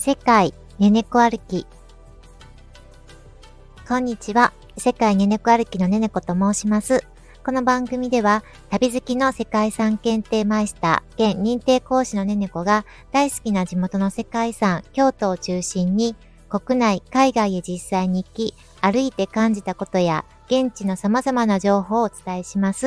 世界ねねこ歩き。こんにちは。世界ねねこ歩きのねねこと申します。この番組では旅好きの世界遺産検定マイスター兼認定講師のねねこが大好きな地元の世界遺産京都を中心に国内海外へ実際に行き歩いて感じたことや現地の様々な情報をお伝えします。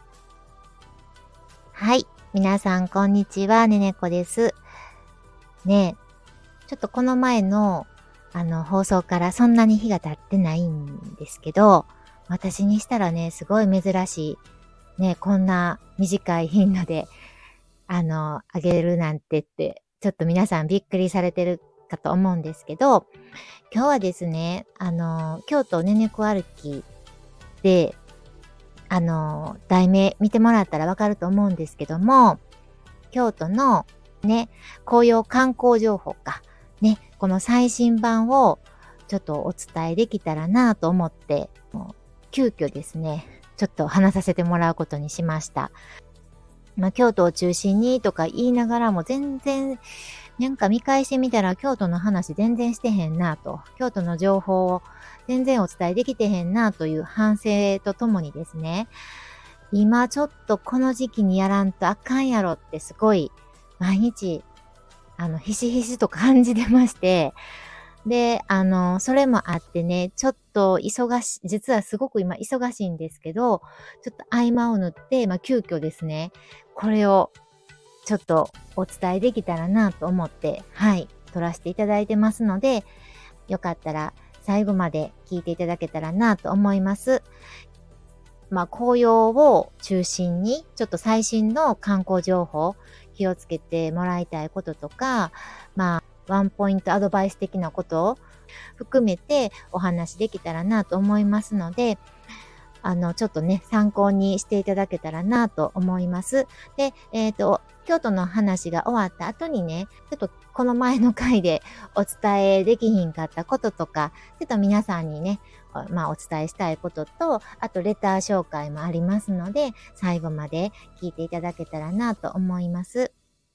はい。皆さんこんにちは。ねねこです。ねえ。ちょっとこの前の放送からそんなに日が経ってないんですけど、私にしたらね、すごい珍しい、ね、こんな短い頻度で、あげるなんてって、ちょっと皆さんびっくりされてるかと思うんですけど、今日はですね、京都ねねこ歩きで、題名見てもらったらわかると思うんですけども、京都のね、紅葉観光情報か。ね、この最新版をちょっとお伝えできたらなと思って、急遽ですね、ちょっと話させてもらうことにしました。京都を中心にとか言いながらも全然、なんか見返してみたら京都の話全然してへんなと、京都の情報を全然お伝えできてへんなという反省とともにですね、今ちょっとこの時期にやらんとあかんやろってすごい毎日ひしひしと感じてまして、で、それもあってね、ちょっと実はすごく今忙しいんですけど、ちょっと合間を縫って、急遽ですね、これをちょっとお伝えできたらなと思って、はい、撮らせていただいてますので、よかったら最後まで聞いていただけたらなと思います。紅葉を中心に、ちょっと最新の観光情報、気をつけてもらいたいこととか、ワンポイントアドバイス的なことを含めてお話できたらなと思いますので、ちょっとね、参考にしていただけたらなと思います。で、京都の話が終わった後にね、ちょっとこの前の回でお伝えできひんかったこととか、ちょっと皆さんにね、お伝えしたいことと、あとレター紹介もありますので、最後まで聞いていただけたらなと思います。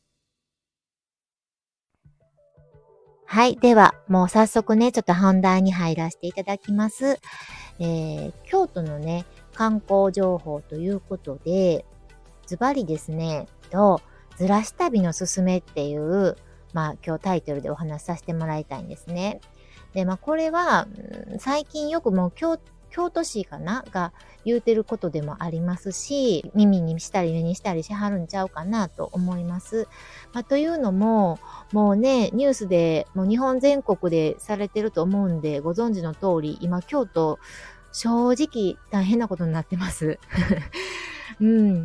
はい。では、もう早速ね、ちょっと本題に入らせていただきます。京都のね、観光情報ということで、ズバリですね、ずらし旅のすすめっていう、今日タイトルでお話しさせてもらいたいんですね。で、これは、最近よくもう京都市かなが言うてることでもありますし、耳にしたり目にしたりしはるんちゃうかなと思います。というのも、もうね、ニュースでもう日本全国でされてると思うんで、ご存知の通り、今京都、正直大変なことになってます。うん、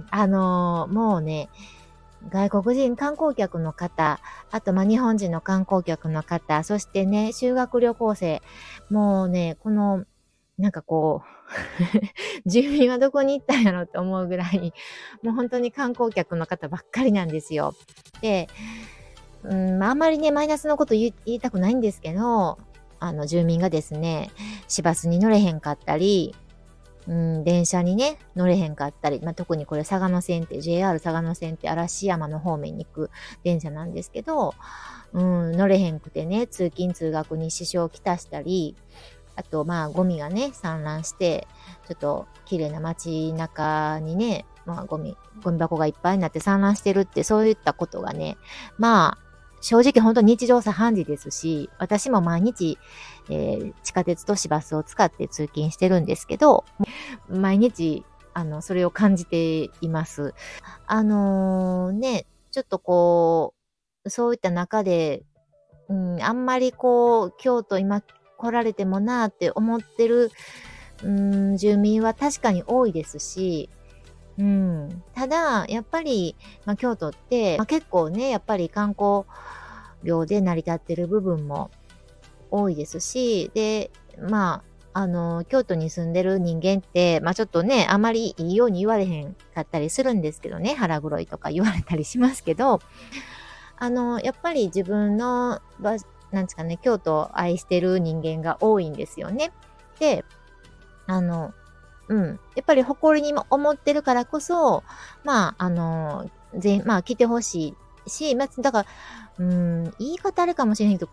もうね、外国人観光客の方、あと日本人の観光客の方、そしてね、修学旅行生、もうね、この、なんかこう、住民はどこに行ったんやろって思うぐらい、もう本当に観光客の方ばっかりなんですよ。で、あんまりね、マイナスのこと言いたくないんですけど、住民がですね、市バスに乗れへんかったり、電車にね、乗れへんかったり、特にこれ嵯峨野線って、JR 嵯峨野線って嵐山の方面に行く電車なんですけど、乗れへんくてね、通勤通学に支障をきたしたり、あとゴミがね、散乱して、ちょっと綺麗な街中にね、ゴミ箱がいっぱいになって散乱してるって、そういったことがね、正直本当に日常茶飯事ですし、私も毎日、地下鉄と市バスを使って通勤してるんですけど、毎日、それを感じています。ちょっとそういった中で、あんまり京都今来られてもなーって思ってる、住民は確かに多いですし、ただ、やっぱり、京都って、結構ね、やっぱり観光業で成り立ってる部分も多いですし、で、京都に住んでる人間って、ちょっとね、あまりいいように言われへんかったりするんですけどね、腹黒いとか言われたりしますけど、やっぱり自分のなんですかね、京都を愛してる人間が多いんですよね。で、やっぱり誇りにも思ってるからこそ、来てほしいし、だから、 言い方あるかもしれへんけど、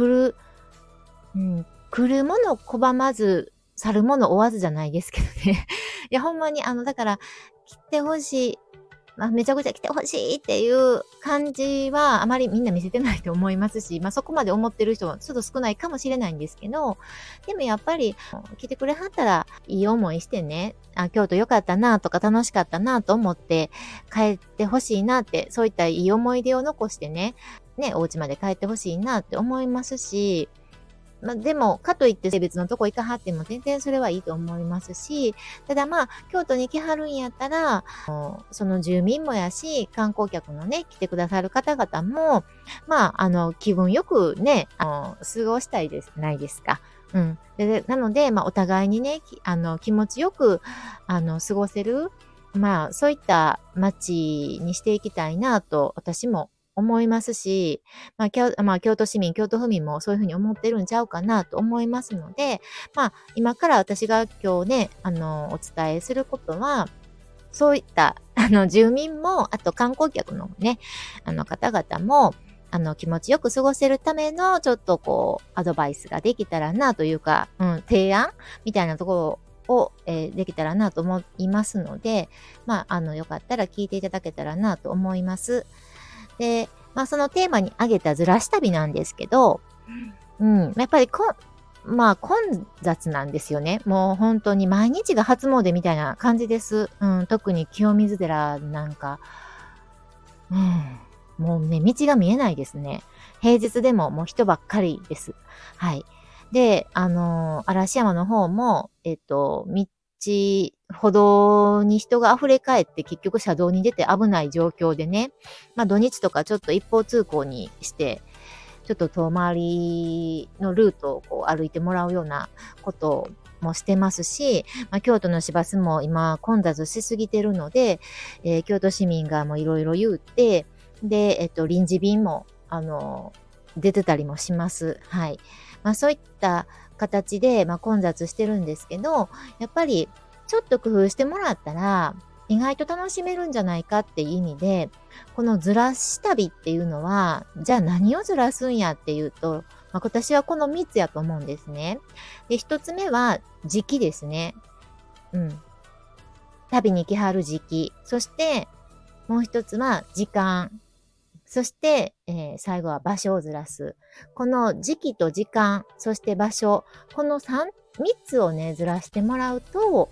来るもの拒まず、去るもの追わずじゃないですけどね。いや、ほんまに、だから、来てほしい。めちゃくちゃ来てほしいっていう感じはあまりみんな見せてないと思いますし、そこまで思ってる人はちょっと少ないかもしれないんですけど、でもやっぱり来てくれはったらいい思いしてね、京都良かったなとか楽しかったなと思って帰ってほしいなって、そういったいい思い出を残してね、お家まで帰ってほしいなって思いますし、でも、かといって別のとこ行かはっても全然それはいいと思いますし、ただ京都に来はるんやったら、その住民もやし、観光客のね、来てくださる方々も、気分よくね、過ごしたいです、ないですか。なので、お互いにね、気持ちよく、過ごせる、そういった街にしていきたいなと、私も思いますし、京都市民、京都府民もそういうふうに思ってるんちゃうかなと思いますので、今から私が今日ね、お伝えすることは、そういった、住民も、あと観光客のね、方々も、気持ちよく過ごせるための、ちょっとアドバイスができたらなというか、提案みたいなところを、できたらなと思いますので、よかったら聞いていただけたらなと思います。で、そのテーマに挙げたずらし旅なんですけど、やっぱり混雑なんですよね。もう本当に毎日が初詣みたいな感じです。特に清水寺なんか、もうね、道が見えないですね。平日でももう人ばっかりです。はい。で、嵐山の方も、歩道に人が溢れ返って結局車道に出て危ない状況でね、土日とかちょっと一方通行にして、ちょっと遠回りのルートを歩いてもらうようなこともしてますし、京都の市バスも今混雑しすぎてるので、京都市民がもういろいろ言うて、で、臨時便も、出てたりもします。はい。そういった形で、混雑してるんですけど、やっぱりちょっと工夫してもらったら、意外と楽しめるんじゃないかっていう意味で、このずらし旅っていうのは、じゃあ何をずらすんやっていうと、私はこの3つやと思うんですね。で、1つ目は時期ですね。旅に来はる時期。そして、もう1つは時間。そして、最後は場所をずらす。この時期と時間、そして場所、この3つをね、ずらしてもらうと、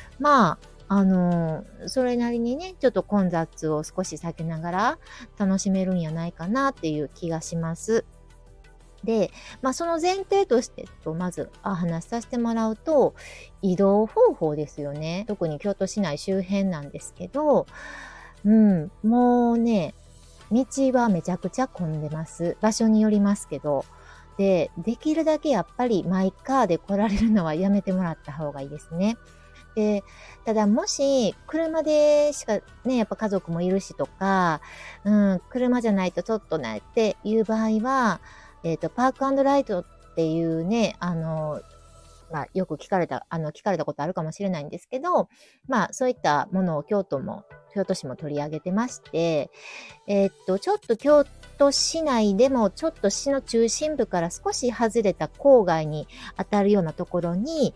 それなりにね、ちょっと混雑を少し避けながら楽しめるんやないかなっていう気がします。で、その前提としてまず話させてもらうと、移動方法ですよね。特に京都市内周辺なんですけど、もうね、道はめちゃくちゃ混んでます。場所によりますけど。できるだけやっぱりマイカーで来られるのはやめてもらった方がいいですね。で、ただもし、車でしかね、やっぱ家族もいるしとか、車じゃないとちょっとねっていう場合は、パーク&ライトっていうね、よく聞かれたことあるかもしれないんですけど、そういったものを京都市も取り上げてまして、ちょっと京都市内でも、ちょっと市の中心部から少し外れた郊外に当たるようなところに、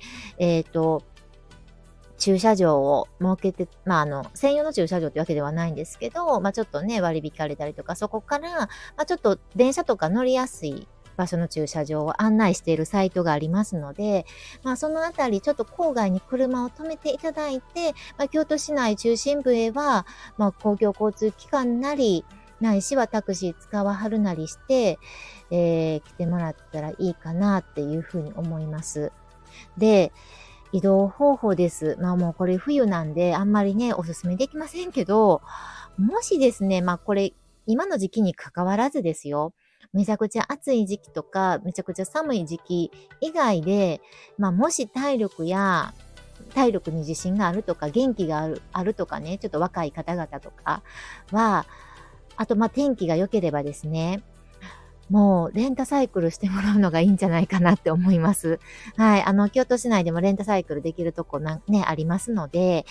駐車場を設けて、専用の駐車場ってわけではないんですけど、ちょっとね、割り引かれたりとか、そこから、ちょっと電車とか乗りやすい場所の駐車場を案内しているサイトがありますので、そのあたり、ちょっと郊外に車を止めていただいて、京都市内中心部へは、公共交通機関なり、ないしはタクシー使わはるなりして、来てもらったらいいかなっていうふうに思います。で、移動方法です。もうこれ冬なんであんまりね、おすすめできませんけど、もしですね、これ今の時期に関わらずですよ。めちゃくちゃ暑い時期とか、めちゃくちゃ寒い時期以外で、もし体力に自信があるとか、元気があるとかね、ちょっと若い方々とかは、あと天気が良ければですね、もうレンタサイクルしてもらうのがいいんじゃないかなって思います。はい。京都市内でもレンタサイクルできるとこね、ありますので、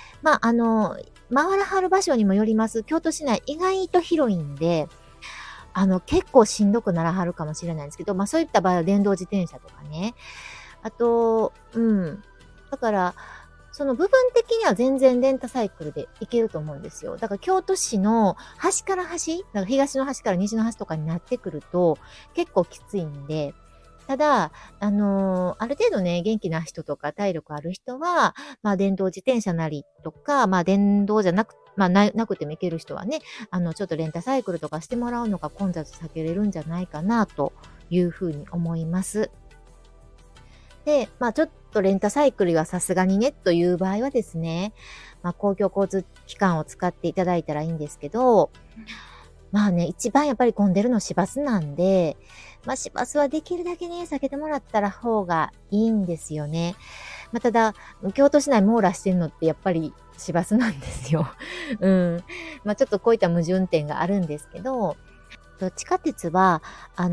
回らはる場所にもよります。京都市内意外と広いんで、 結構しんどくならはるかもしれないんですけど、まあそういった場合は電動自転車とかね。あと、だから、その部分的には全然レンタサイクルで行けると思うんですよ。だから京都市の端から端、だから東の端から西の端とかになってくると結構きついんで、ただ、ある程度ね、元気な人とか体力ある人は、まあ電動自転車なりとか、まあ電動じゃなく、まあなくても行ける人はね、ちょっとレンタサイクルとかしてもらうのが混雑避けれるんじゃないかなというふうに思います。で、まあちょっとレンタサイクルはさすがにねという場合はですね、まあ公共交通機関を使っていただいたらいいんですけど、まあね、一番やっぱり混んでるの市バスなんで、まあ市バスはできるだけね、避けてもらったら方がいいんですよね。まあただ、京都市内網羅してるのってやっぱり市バスなんですよ。うん。まあちょっとこういった矛盾点があるんですけど、地下鉄は、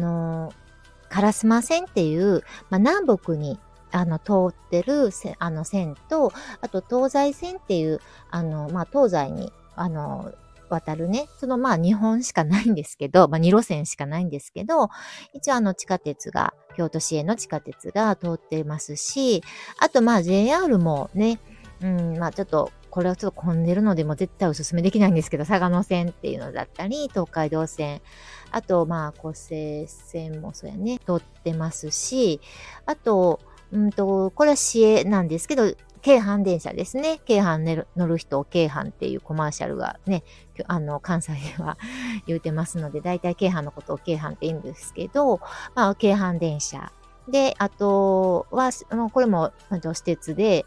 烏線っていう、まあ、南北に、通ってる線と、あと東西線っていう、まあ、東西に、渡るね、そのまあ2本しかないんですけど、まあ2路線しかないんですけど、一応地下鉄が、京都市営の地下鉄が通ってますし、あとまあ JR もね、まあちょっと、これはちょっと混んでるのでもう絶対お勧めできないんですけど、嵯峨野線っていうのだったり、東海道線、あとまあ湖西線もそうやね、通ってますし、あと、これは市営なんですけど、京阪電車ですね。京阪乗る人を京阪っていうコマーシャルがね、関西では言うてますので、だいたい京阪のことを京阪って言うんですけど、まあ、京阪電車。で、あとは、これも、私鉄で、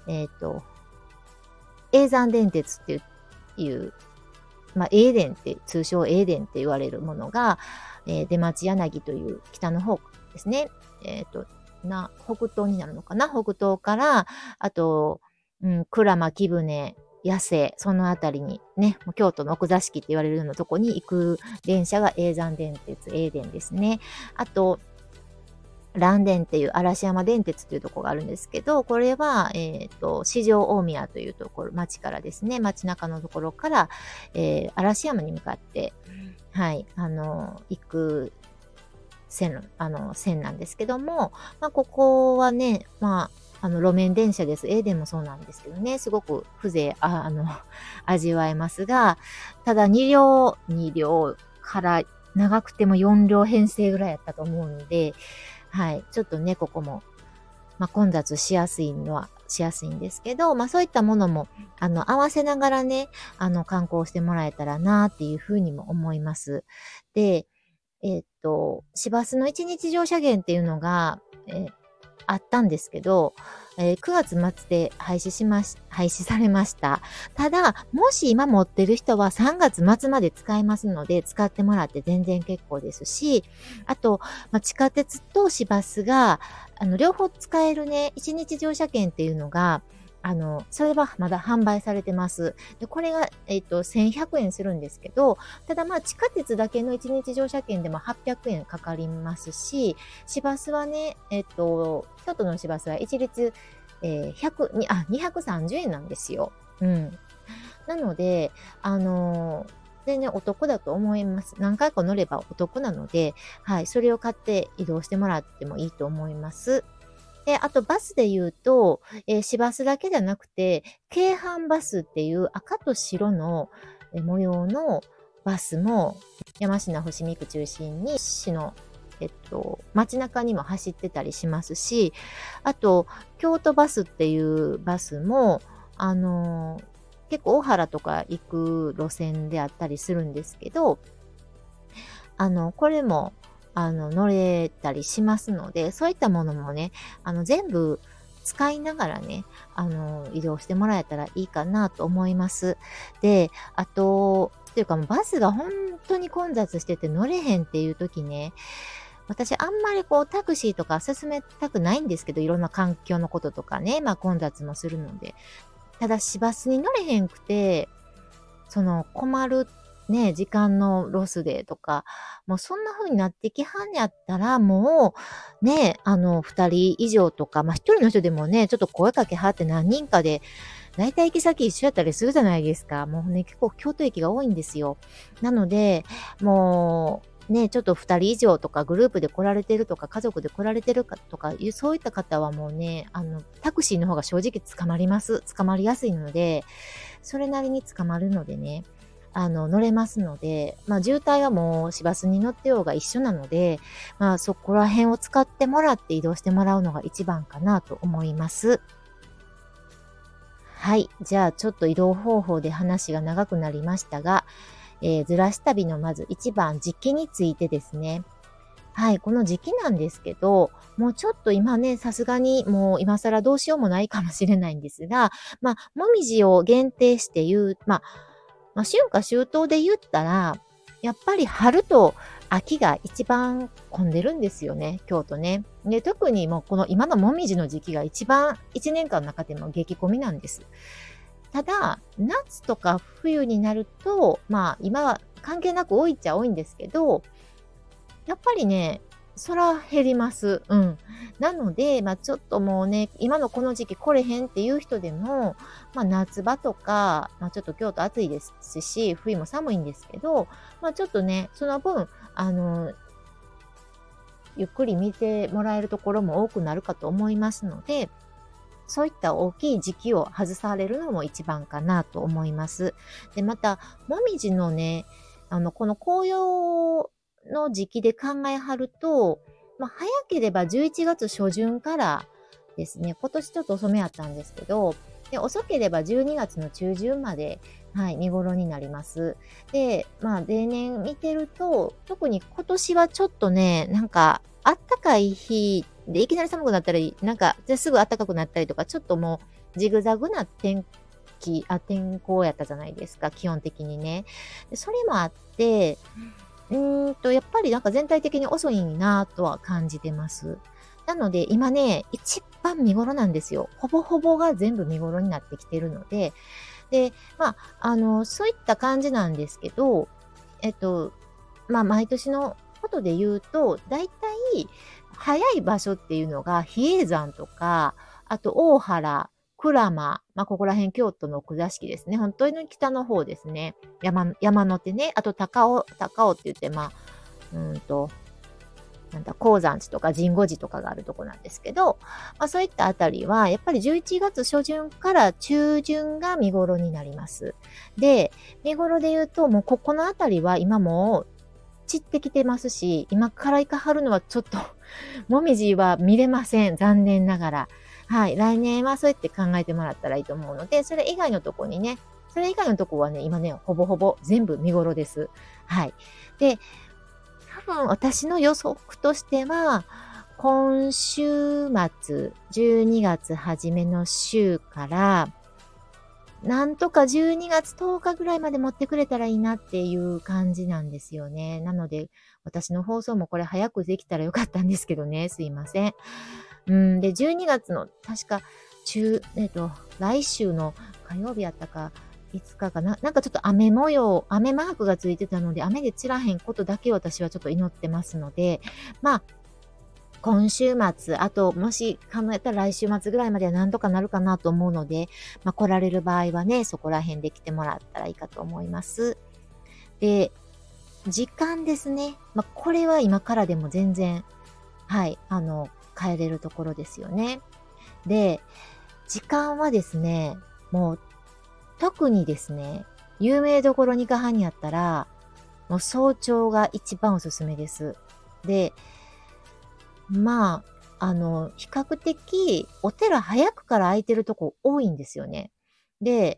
叡山電鉄っていう、まあ、叡電って、通称叡電って言われるものが、出町柳という北の方ですね。北東になるのかな、北東から、あと、鞍馬、貴船、八瀬、そのあたりにね、京都の奥座敷って言われるようなとこに行く電車が叡山電鉄、叡電ですね。あと、嵐電っていう嵐山電鉄というところがあるんですけど、これは、四条大宮というところ、町からですね、街中のところから、嵐山に向かって、はい、行く線なんですけども、まあ、ここはね、まあ、路面電車です。でもそうなんですけどね、すごく風情、味わえますが、ただ2両から長くても4両編成ぐらいやったと思うんで、はい。ちょっとね、ここも、まあ、混雑しやすいのはしやすいんですけど、まあ、そういったものも、合わせながらね、観光してもらえたらなっていうふうにも思います。で、市バスの1日乗車券っていうのが、あったんですけど、9月末で廃止されました。ただ、もし今持ってる人は3月末まで使えますので、使ってもらって全然結構ですし、あと、まあ、地下鉄と市バスが、両方使えるね、1日乗車券っていうのが、それはまだ販売されてます。で、これが、1100円するんですけど、ただまあ地下鉄だけの1日乗車券でも800円かかりますし、市バスはね、京都の市バスは一律、230円なんですよ。うん。なので、全然お得だと思います。何回か乗ればお得なので、はい、それを買って移動してもらってもいいと思います。で、あとバスで言うと、市バスだけじゃなくて、京阪バスっていう赤と白の模様のバスも、山科伏見区中心に市の、街中にも走ってたりしますし、あと、京都バスっていうバスも、結構大原とか行く路線であったりするんですけど、これも、乗れたりしますので、そういったものもね、全部使いながらね、移動してもらえたらいいかなと思います。で、あと、というかもうバスが本当に混雑してて乗れへんっていう時ね、私あんまりこうタクシーとか進めたくないんですけど、いろんな環境のこととかね、まあ混雑もするので。ただ、市バスに乗れへんくて、困るね、時間のロスでとか、もうそんな風になってきはんやったら、もう、ね、二人以上とか、まあ一人の人でもね、ちょっと声かけはって何人かで、だいたい行き先一緒やったりするじゃないですか。もうね、結構京都駅が多いんですよ。なので、もね、ちょっと2人以上とかグループで来られてるとか、家族で来られてるかとかそういった方はもうね、タクシーの方が正直捕まります。捕まりやすいので、それなりに捕まるのでね、乗れますので、渋滞はもう市バスに乗ってようが一緒なので、そこら辺を使ってもらって移動してもらうのが一番かなと思います。はい。じゃあ、ちょっと移動方法で話が長くなりましたが、ずらし旅のまず一番時期についてですね。はい。この時期なんですけど、もうちょっと今ね、さすがにもう今更どうしようもないかもしれないんですが、もみじを限定して言う、春夏秋冬で言ったら、やっぱり春と秋が一番混んでるんですよね、京都ね。で、特にもうこの今のもみじの時期が一番一年間の中でも激混みなんです。ただ、夏とか冬になると、今は関係なく多いっちゃ多いんですけど、やっぱりね、そら減ります。うん。なので、ちょっともうね、今のこの時期来れへんっていう人でも、夏場とか、ちょっと京都暑いですし、冬も寒いんですけど、ちょっとね、その分、ゆっくり見てもらえるところも多くなるかと思いますので、そういった大きい時期を外されるのも一番かなと思います。で、また、もみじのね、この紅葉の時期で考えはると、早ければ11月初旬からですね、今年ちょっと遅めやったんですけど、で遅ければ12月の中旬まで、はい、見頃になります。で、例年見てると、特に今年はちょっとね、あったかい日でいきなり寒くなったり、すぐ暖かくなったりとか、ちょっともうジグザグな天候やったじゃないですか、基本的にね。でそれもあって、やっぱり全体的に遅いなとは感じてます。なので今ね、一番見頃なんですよ。ほぼほぼが全部見頃になってきてるので、で、そういった感じなんですけど、毎年のことで言うと、だいたい早い場所っていうのが、比叡山とか、あと大原、鞍馬、ここら辺京都の奥座敷ですね。本当に北の方ですね。山の手ね。あと高尾って言って、うーんと、高山寺とか神護寺とかがあるとこなんですけど、そういったあたりは、やっぱり11月初旬から中旬が見頃になります。で、見頃で言うと、もうここのあたりは今もう散ってきてますし、今から行かはるのはちょっともみじは見れません。残念ながら。はい。来年はそうやって考えてもらったらいいと思うので、それ以外のとこにね、それ以外のとこはね、今ね、ほぼほぼ全部見頃です。はい。で、多分私の予測としては、今週末、12月初めの週から、なんとか12月10日ぐらいまで持ってくれたらいいなっていう感じなんですよね。なので、私の放送もこれ早くできたらよかったんですけどね、すいません。で、12月の確か来週の火曜日やったか、5日かな、ちょっと雨模様、雨マークがついてたので、雨で散らへんことだけ私はちょっと祈ってますので、今週末、あと、もし考えたら来週末ぐらいまでは何とかなるかなと思うので、来られる場合はね、そこら辺で来てもらったらいいかと思います。で、時間ですね。これは今からでも全然、はい、変えれるところですよね。で、時間はですね、もう、特にですね、有名どころに行かはんやったら、もう早朝が一番おすすめです。で、比較的、お寺早くから空いてるとこ多いんですよね。で、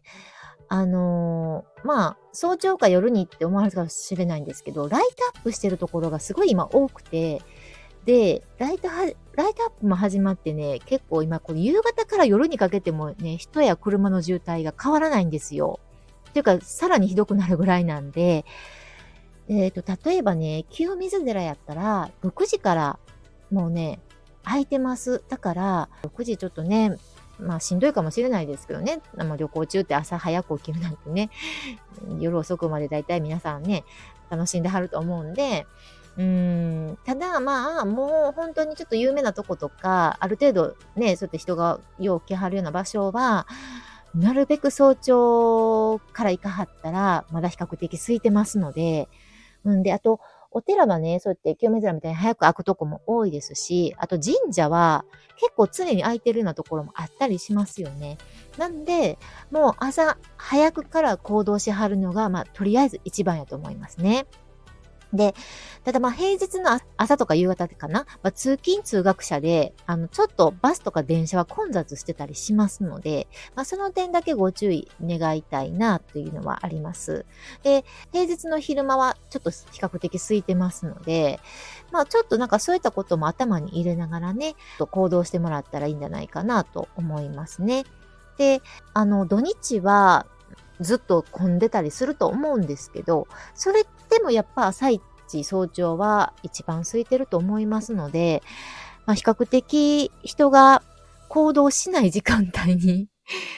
早朝か夜にって思われるかもしれないんですけど、ライトアップしてるところがすごい今多くて、で、ライトアップも始まってね、結構今これ夕方から夜にかけてもね、人や車の渋滞が変わらないんですよ。っていうか、さらにひどくなるぐらいなんで、例えばね、清水寺やったら、6時からもうね、空いてます。だから、6時ちょっとね、しんどいかもしれないですけどね。旅行中って朝早く起きるなんてね、夜遅くまでだいたい皆さんね、楽しんではると思うんで、ただもう本当にちょっと有名なとことか、ある程度ね、そうやって人がよう来はるような場所は、なるべく早朝から行かはったら、まだ比較的空いてますので、で、あと、 お寺はね、そうやって清水寺みたいに早く開くとこも多いですし、あと神社は結構常に開いてるようなところもあったりしますよね。なんで、もう朝早くから行動しはるのが、とりあえず一番やと思いますね。で、ただ平日の朝とか夕方かな、通勤通学者で、ちょっとバスとか電車は混雑してたりしますので、その点だけご注意願いたいなというのはあります。で、平日の昼間はちょっと比較的空いてますので、ちょっとなんかそういったことも頭に入れながらね、行動してもらったらいいんじゃないかなと思いますね。で、土日は、ずっと混んでたりすると思うんですけど、それでもやっぱ朝一早朝は一番空いてると思いますので、比較的人が行動しない時間帯に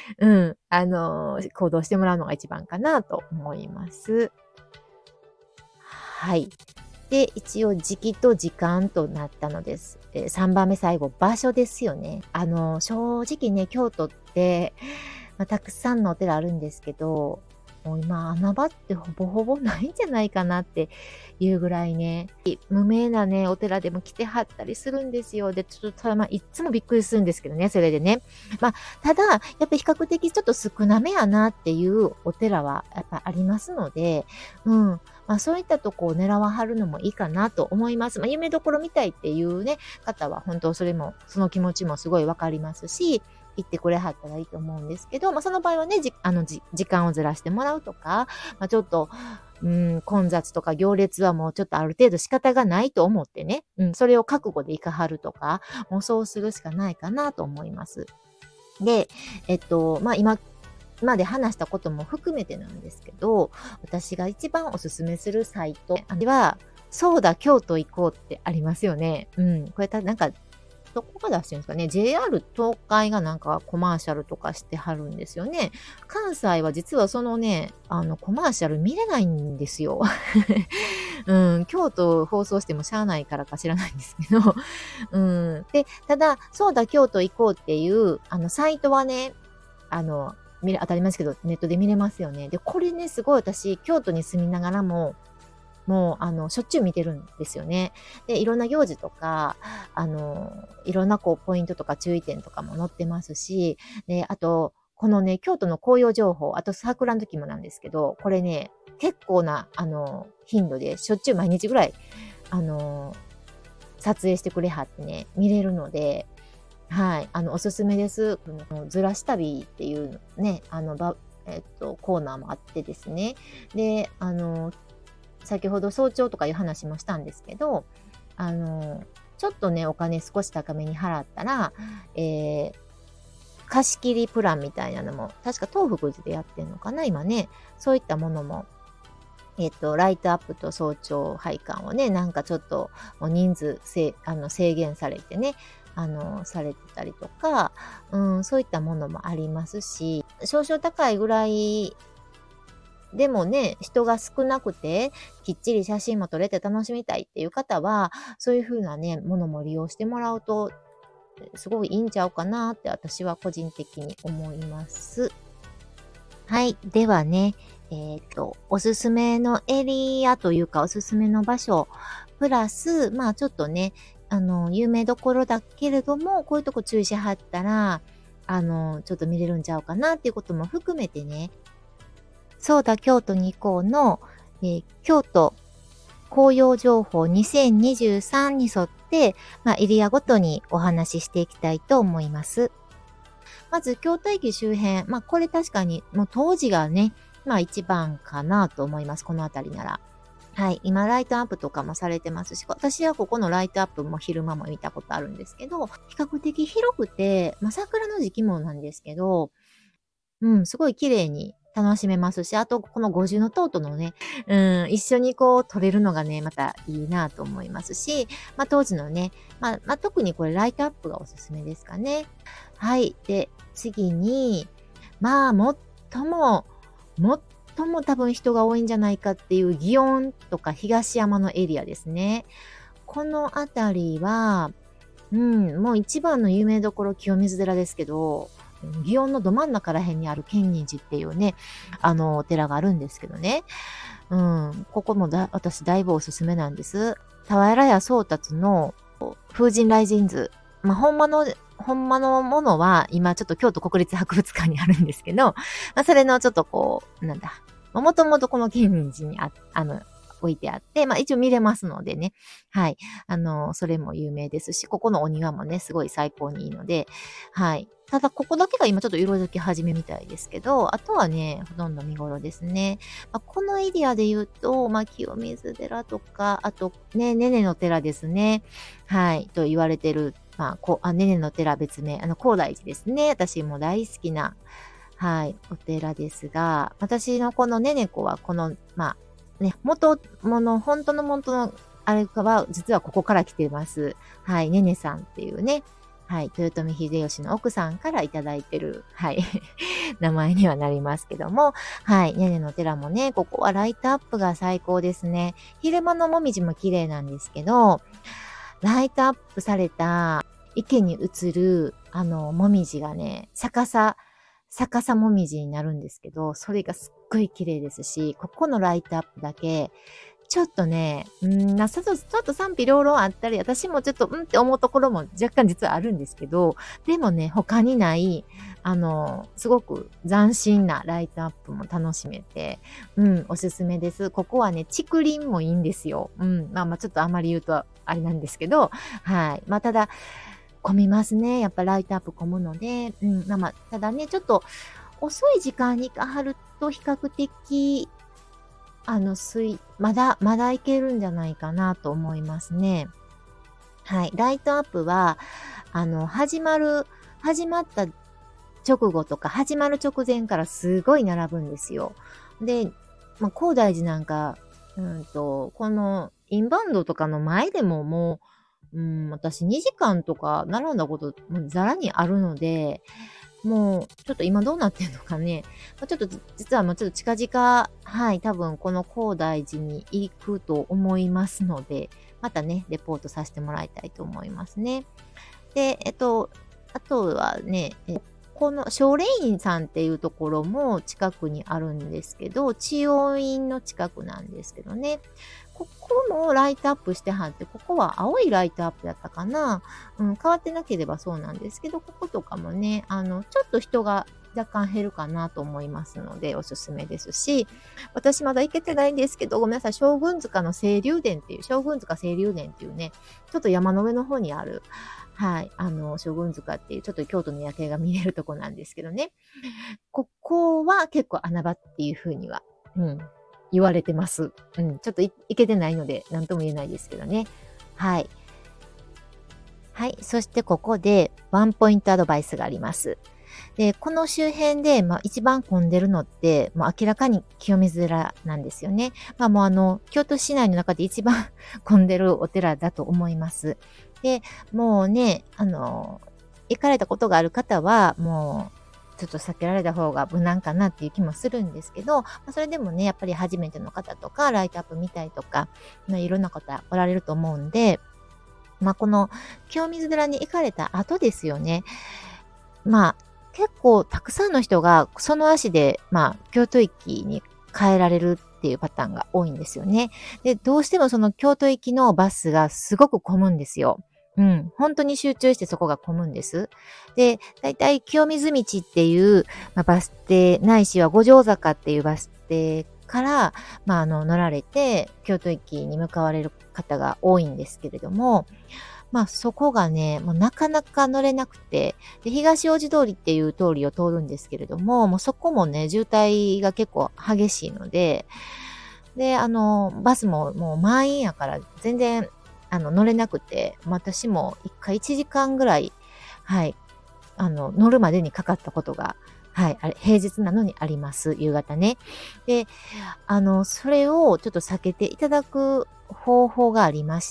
行動してもらうのが一番かなと思います。はい。で、一応時期と時間となったのです。3番目最後、場所ですよね。正直ね、京都って、たくさんのお寺あるんですけど、もう今穴場ってほぼほぼないんじゃないかなっていうぐらいね、無名なね、お寺でも来てはったりするんですよ。で、ちょっといっつもびっくりするんですけどね、それでね。ただ、やっぱ比較的ちょっと少なめやなっていうお寺はやっぱありますので、そういったとこを狙わはるのもいいかなと思います。夢どころ見たいっていうね、方は本当それも、その気持ちもすごいわかりますし、行ってくれはったらいいと思うんですけど、その場合はね、時間をずらしてもらうとか、ちょっと、混雑とか行列はもうちょっとある程度仕方がないと思ってね、それを覚悟で行かはるとか、もうそうするしかないかなと思います。で、今まで話したことも含めてなんですけど、私が一番おすすめするサイトは、そうだ、京都行こうってありますよね。これなんかどこが出してるんですかね。JR 東海がなんかコマーシャルとかしてはるんですよね。関西は実はそのね、コマーシャル見れないんですよ。京都放送してもしゃあないからか知らないんですけど。で、ただ、そうだ、京都行こうっていう、サイトはね、当たり前ですけど、ネットで見れますよね。で、これね、すごい私、京都に住みながらも、もう、しょっちゅう見てるんですよね。で、いろんな行事とか、いろんなポイントとか注意点とかも載ってますし、で、あと、このね、京都の紅葉情報、あと桜の時もなんですけど、これね、結構な、頻度で、しょっちゅう毎日ぐらい、あの、撮影してくれはってね、見れるので、はい、おすすめです。このずらし旅っていうね、コーナーもあってですね。で、先ほど早朝とかいう話もしたんですけど、ちょっとね、お金少し高めに払ったら、貸し切りプランみたいなのも、確か東福寺でやってんのかな、今ね。そういったものも、ライトアップと早朝拝観をね、なんかちょっともう人数制限されてね、されてたりとか、そういったものもありますし、少々高いぐらいでもね、人が少なくて、きっちり写真も撮れて楽しみたいっていう方は、そういう風なね、ものも利用してもらうと、すごいいいんちゃうかなって私は個人的に思います。はい。ではね、おすすめのエリアというか、おすすめの場所、プラス、ちょっとね、有名どころだけれども、こういうとこ注意しはったら、ちょっと見れるんちゃうかなっていうことも含めてね、そうだ、京都に行こうの、京都紅葉情報2023に沿って、エリアごとにお話ししていきたいと思います。まず、京都駅周辺。これ確かに、もう当時がね、一番かなと思います。このあたりなら。はい。今、ライトアップとかもされてますし、私はここのライトアップも昼間も見たことあるんですけど、比較的広くて、桜の時期もなんですけど、すごい綺麗に楽しめますし、あと、この五重塔とのね、一緒に撮れるのがね、またいいなと思いますし、当時のね、特にこれライトアップがおすすめですかね。はい。で、次に、最も多分人が多いんじゃないかっていう祇園とか東山のエリアですね。このあたりは、もう一番の有名どころ清水寺ですけど、 祇園のど真ん中ら辺にある建仁寺っていうね、お寺があるんですけどね。ここも私だいぶおすすめなんです。俵屋宗達の風神雷神図。ほんまのものは今ちょっと京都国立博物館にあるんですけど、それのちょっともともとこの建仁寺に置いてあって、一応見れますのでね。はい。それも有名ですし、ここのお庭もね、すごい最高にいいので、はい。ただ、ここだけが今ちょっと色づき始めみたいですけど、あとはね、ほとんど見頃ですね。このエリアで言うと、清水寺とか、あとね、ねねの寺ですね。はい。と言われてる、ねねの寺別名、高台寺ですね。私も大好きな、はい、お寺ですが、私のこのねねこは、この、本当のあれかは、実はここから来ています。はい、ねねさんっていうね、はい、豊臣秀吉の奥さんからいただいてる、はい、名前にはなりますけども、はい、ねねの寺もね、ここはライトアップが最高ですね。昼間のもみじも綺麗なんですけど、ライトアップされた池に映る、もみじがね、逆さもみじになるんですけど、それがすっごい綺麗ですし、ここのライトアップだけ、ちょっとね、ちょっと賛否両論あったり、私もちょっと、って思うところも若干実はあるんですけど、でもね、他にない、すごく斬新なライトアップも楽しめて、おすすめです。ここはね、竹林もいいんですよ。ちょっとあまり言うとあれなんですけど、はい。ただ、混みますね。やっぱライトアップ混むので、ただね、ちょっと遅い時間にはると比較的、まだいけるんじゃないかなと思いますね。はい。ライトアップは、始まった直後とか、始まる直前からすごい並ぶんですよ。で、高大寺なんか、このインバウンドとかの前でももう、私2時間とか並んだこと、もうざらにあるので、もう、ちょっと今どうなってんのかね。ちょっと、実はもうちょっと近々、はい、多分この高大寺に行くと思いますので、またね、レポートさせてもらいたいと思いますね。で、あとはね、この少霊院さんっていうところも近くにあるんですけど、知恩院の近くなんですけどね。ここもライトアップしてはって、ここは青いライトアップだったかな。変わってなければそうなんですけど、こことかもね、ちょっと人が若干減るかなと思いますので、おすすめですし、私まだ行けてないんですけど、ごめんなさい、将軍塚清流殿っていうね、ちょっと山の上の方にある、はい、将軍塚っていう、ちょっと京都の夜景が見れるとこなんですけどね。ここは結構穴場っていう風には、言われてます。ちょっと行けてないので、なんとも言えないですけどね。はい。はい。そしてここで、ワンポイントアドバイスがあります。で、この周辺で、一番混んでるのって、もう明らかに清水寺なんですよね。もう京都市内の中で一番混んでるお寺だと思います。で、もうね、行かれたことがある方は、もう、ちょっと避けられた方が無難かなっていう気もするんですけど、それでもね、やっぱり初めての方とか、ライトアップ見たいとか、いろんな方おられると思うんで、この清水寺に行かれた後ですよね。結構たくさんの人がその足で、京都駅に帰られるっていうパターンが多いんですよね。で、どうしてもその京都駅のバスがすごく混むんですよ。本当に集中してそこが混むんです。で、だいたい清水道っていう、バス停、ないしは五条坂っていうバス停から、乗られて、京都駅に向かわれる方が多いんですけれども、そこがね、もうなかなか乗れなくて、で、東大路通りっていう通りを通るんですけれども、もうそこもね、渋滞が結構激しいので、で、バスももう満員やから全然、乗れなくて、私も一回1時間ぐらい、はい、乗るまでにかかったことが、はい、平日なのにあります。夕方ね。で、それをちょっと避けていただく方法がありまして、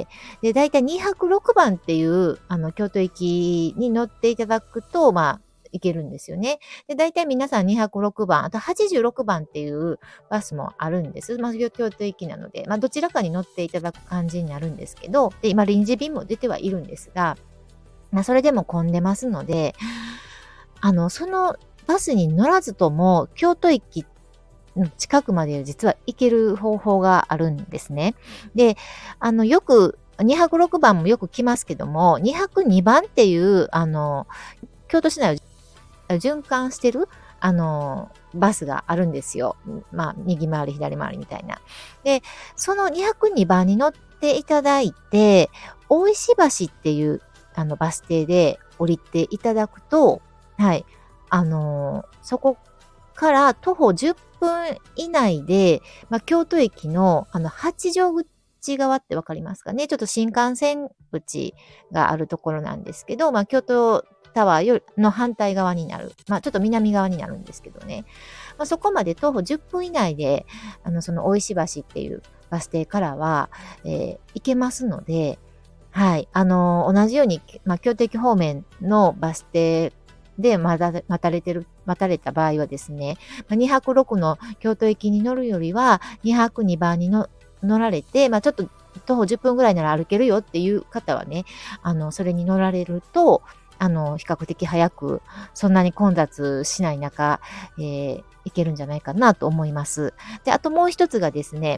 で、だいたい206番っていう、京都駅に乗っていただくと、行けるんですよね。で、だいたい皆さん206番、あと86番っていうバスもあるんです。京都駅なので、どちらかに乗っていただく感じになるんですけど、で、今臨時便も出てはいるんですが、それでも混んでますので、 そのバスに乗らずとも、京都駅の近くまで実は行ける方法があるんですね。で、よく、206番もよく来ますけども、202番っていう、京都市内を循環してる、バスがあるんですよ。まあ、右回り、左回りみたいな。で、その202番に乗っていただいて、大石橋っていう、バス停で降りていただくと、はい、そこから徒歩10分以内で、まあ、京都駅の、八丈口側ってわかりますかね。ちょっと新幹線口があるところなんですけど、まあ、京都タワーの反対側になる。まあ、ちょっと南側になるんですけどね。まあ、そこまで徒歩10分以内で、その大石橋っていうバス停からは、行けますので、はい。同じように、まあ、京都駅方面のバス停で待たれた場合はですね、まあ、206の京都駅に乗るよりは、202番に乗られて、まあ、ちょっと徒歩10分ぐらいなら歩けるよっていう方はね、それに乗られると、比較的早く、そんなに混雑しない中、行けるんじゃないかなと思います。で、あともう一つがですね、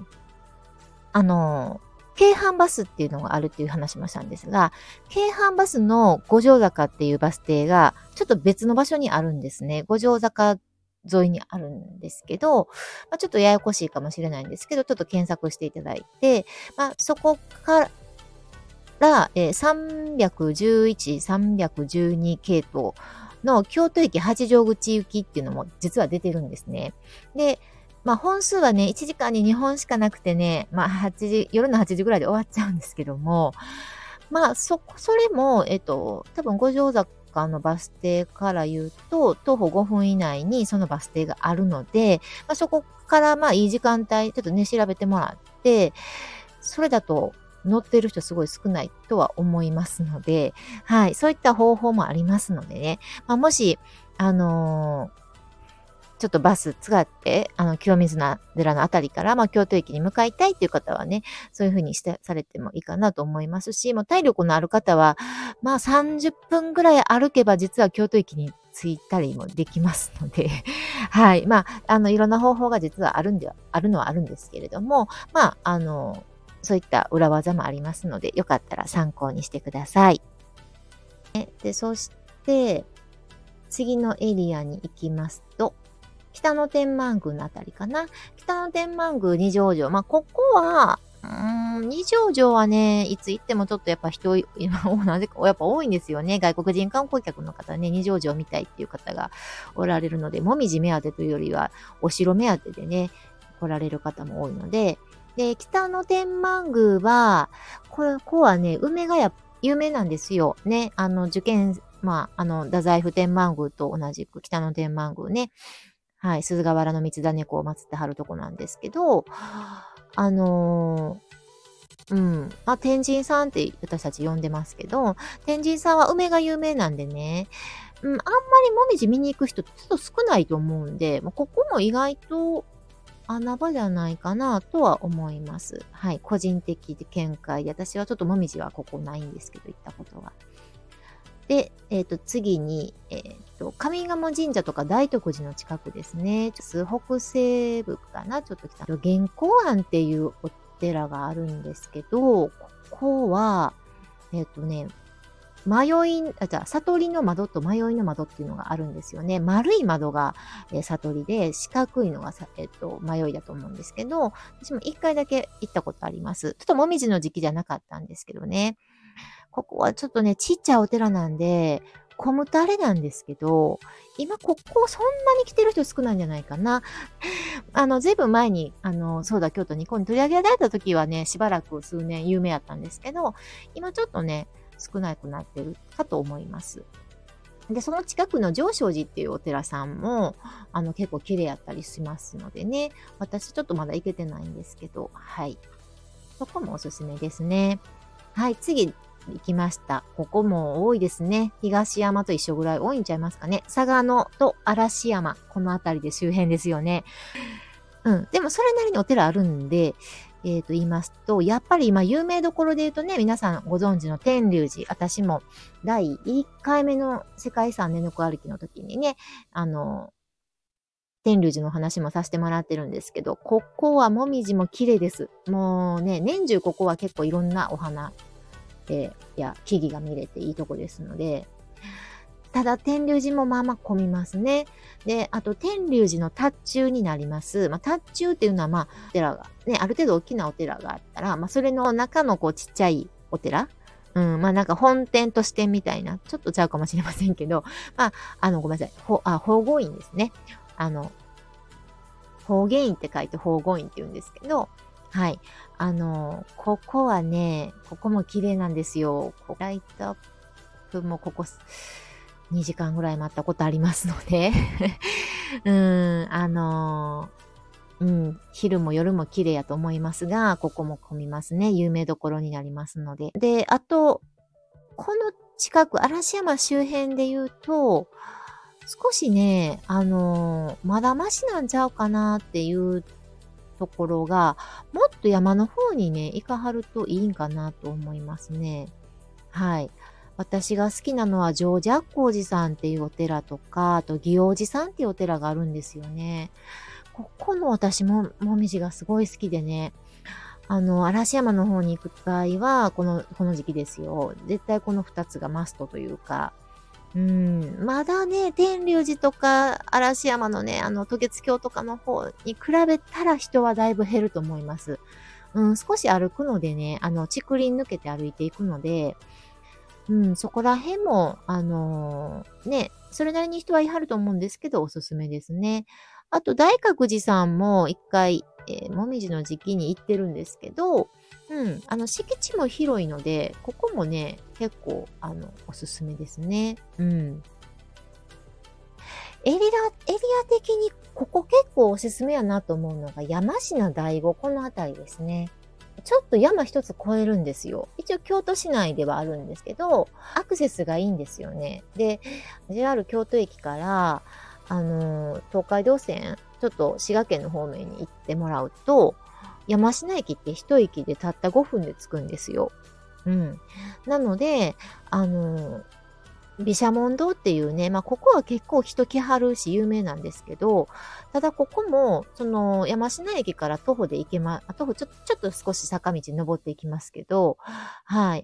京阪バスっていうのがあるっていう話もしたんですが、京阪バスの五条坂っていうバス停が、ちょっと別の場所にあるんですね。五条坂沿いにあるんですけど、まあ、ちょっとややこしいかもしれないんですけど、ちょっと検索していただいて、まあ、そこから、311、312系統の京都駅八丈口行きっていうのも実は出てるんですね。で、まあ本数はね、1時間に2本しかなくてね、まあ夜の8時ぐらいで終わっちゃうんですけども、まあそれも、多分五条坂のバス停から言うと、徒歩5分以内にそのバス停があるので、まあそこからまあいい時間帯、ちょっとね、調べてもらって、それだと乗ってる人すごい少ないとは思いますので、はい、そういった方法もありますのでね、まあ、もし、ちょっとバス使って、清水寺のあたりから、まあ、京都駅に向かいたいっていう方はね、そういう風にされてもいいかなと思いますし、もう体力のある方は、まあ、30分ぐらい歩けば実は京都駅に着いたりもできますので、はい。まあ、いろんな方法が実はあるのはあるんですけれども、まあ、そういった裏技もありますので、よかったら参考にしてください。で、そして、次のエリアに行きますと、北野天満宮のあたりかな。北野天満宮二条城。まあ、ここは、二条城はね、いつ行ってもちょっとやっぱなぜか、やっぱ多いんですよね。外国人観光客の方ね、二条城見たいっていう方がおられるので、もみじ目当てというよりは、お城目当てでね、来られる方も多いので、で、北野天満宮は、ここはね、梅が有名なんですよ。ね、まあ、太宰府天満宮と同じく北野天満宮ね。はい、鈴河原の三田猫を祀ってはるとこなんですけど、まあ、天神さんって私たち呼んでますけど、天神さんは梅が有名なんでね、あんまりもみじ見に行く人ちょっと少ないと思うんで、ここも意外と穴場じゃないかなとは思います。はい、個人的見解で、私はちょっともみじはここないんですけど、行ったことが。で、次に、上賀茂神社とか大徳寺の近くですね。北西部かなちょっと来た。玄光庵っていうお寺があるんですけど、ここは、悟りの窓と迷いの窓っていうのがあるんですよね。丸い窓が、悟りで、四角いのが迷いだと思うんですけど、私も一回だけ行ったことあります。ちょっともみじの時期じゃなかったんですけどね。ここはちょっとね、ちっちゃいお寺なんで、混むとあれなんですけど、今ここそんなに来てる人少ないんじゃないかな。ずいぶん前に、そうだ、京都にここに取り上げられた時はね、しばらく数年有名やったんですけど、今ちょっとね、少なくなってるかと思います。で、その近くの上昇寺っていうお寺さんも、結構綺麗やったりしますのでね、私ちょっとまだ行けてないんですけど、はい。そこもおすすめですね。はい、次、行きました。ここも多いですね。東山と一緒ぐらい多いんちゃいますかね。嵯峨野と嵐山。この辺りで周辺ですよね。でもそれなりにお寺あるんで、 言いますと、やっぱり今有名どころで言うとね、皆さんご存知の天龍寺、私も第1回目の世界遺産ねぬこ歩きの時にね、天龍寺の話もさせてもらってるんですけど、ここはもみじも綺麗です。もうね、年中ここは結構いろんなお花や木々が見れていいとこですので、ただ天龍寺もまあまあ混みますね。で、あと天龍寺の塔頭になります。塔頭っていうのはお寺が、ね、ある程度大きなお寺があったら、それの中のちっちゃいお寺、なんか本店と支店みたいな、ちょっとちゃうかもしれませんけど、ごめんなさい。宝厳院ですね。方言院って書いて宝厳院って言うんですけど、はい。ここはね、ここも綺麗なんですよ。ライトアップもここ2時間ぐらい待ったことありますので昼も夜も綺麗やと思いますが、ここも混みますね。有名どころになりますので。で、あと、この近く、嵐山周辺で言うと、少しね、まだマシなんちゃうかなっていうところが、もっと山の方にね、行かはるといいんかなと思いますね。はい。私が好きなのは、常寂光寺さんっていうお寺とか、あと、祇王寺さんっていうお寺があるんですよね。ここの私も、もみじがすごい好きでね、嵐山の方に行く場合は、この時期ですよ。絶対この2つがマストというか、まだね、天龍寺とか嵐山のね、渡月橋とかの方に比べたら人はだいぶ減ると思います。少し歩くのでね、竹林抜けて歩いていくので、そこら辺も、ね、それなりに人はいはると思うんですけど、おすすめですね。あと、大覚寺さんも一回、もみじの時期に行ってるんですけど、敷地も広いので、ここもね、結構、おすすめですね。エリア的に、ここ結構おすすめやなと思うのが、山科第五、この辺りですね。ちょっと山一つ越えるんですよ。一応京都市内ではあるんですけど、アクセスがいいんですよね。で、JR 京都駅から、東海道線、ちょっと滋賀県の方面に行ってもらうと、山科駅って一駅でたった5分で着くんですよ。なので、毘沙門堂っていうね、ここは結構人来はるし有名なんですけど、ただここも、山科駅から徒歩で行け徒歩ちょっと少し坂道登っていきますけど、はい。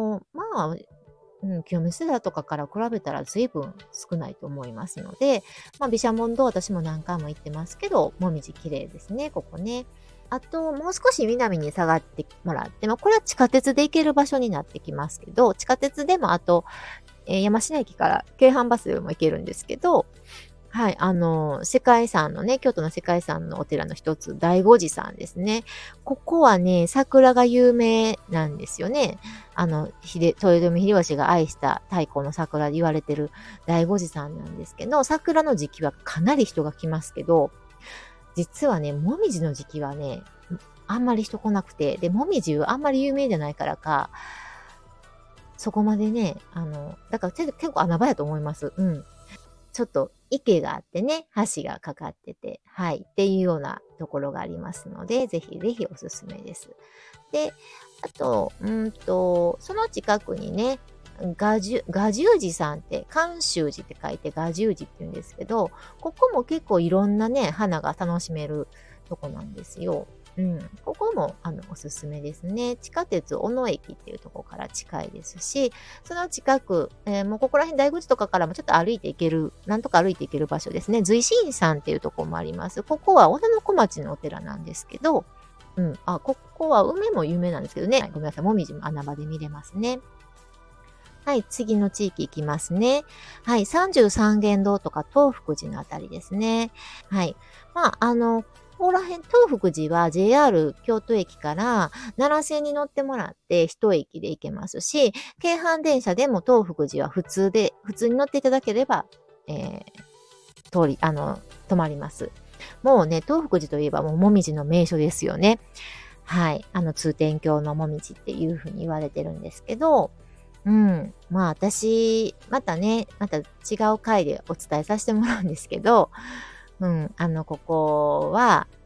清水寺とかから比べたら随分少ないと思いますので、毘沙門堂私も何回も行ってますけど、もみじ綺麗ですね、ここね。あと、もう少し南に下がってもらって、これは地下鉄で行ける場所になってきますけど、地下鉄でもあと、山科駅から京阪バスでも行けるんですけど、はい、世界遺産のね、京都の世界遺産のお寺の一つ、醍醐寺さんですね。ここはね、桜が有名なんですよね。豊臣秀吉が愛した太古の桜で言われてる醍醐寺さんなんですけど、桜の時期はかなり人が来ますけど、実はね、もみじの時期はね、あんまり人来なくて、で、もみじあんまり有名じゃないからか、そこまでね、だから結構穴場やと思います。ちょっと池があってね、橋がかかってて、はい、っていうようなところがありますので、ぜひぜひおすすめです。で、あと、その近くにね、画集寺さんって、観衆寺って書いて画集寺って言うんですけど、ここも結構いろんなね、花が楽しめるとこなんですよ。ここもおすすめですね。地下鉄小野駅っていうところから近いですし、その近く、もうここら辺大口とかからもちょっと歩いていける、なんとか歩いていける場所ですね。随心院さんっていうところもあります。ここは女の子町のお寺なんですけど、ここは梅も有名なんですけどね。ごめんなさい。もみじも穴場で見れますね。はい、次の地域行きますね。はい、33間堂とか東福寺のあたりですね。はい。ここら辺、東福寺は JR 京都駅から奈良線に乗ってもらって一駅で行けますし、京阪電車でも東福寺は普通に乗っていただければ、止まります。もうね、東福寺といえばもうもみじの名所ですよね。はい。通天橋のもみじっていうふうに言われてるんですけど、私、また違う回でお伝えさせてもらうんですけど、ここは、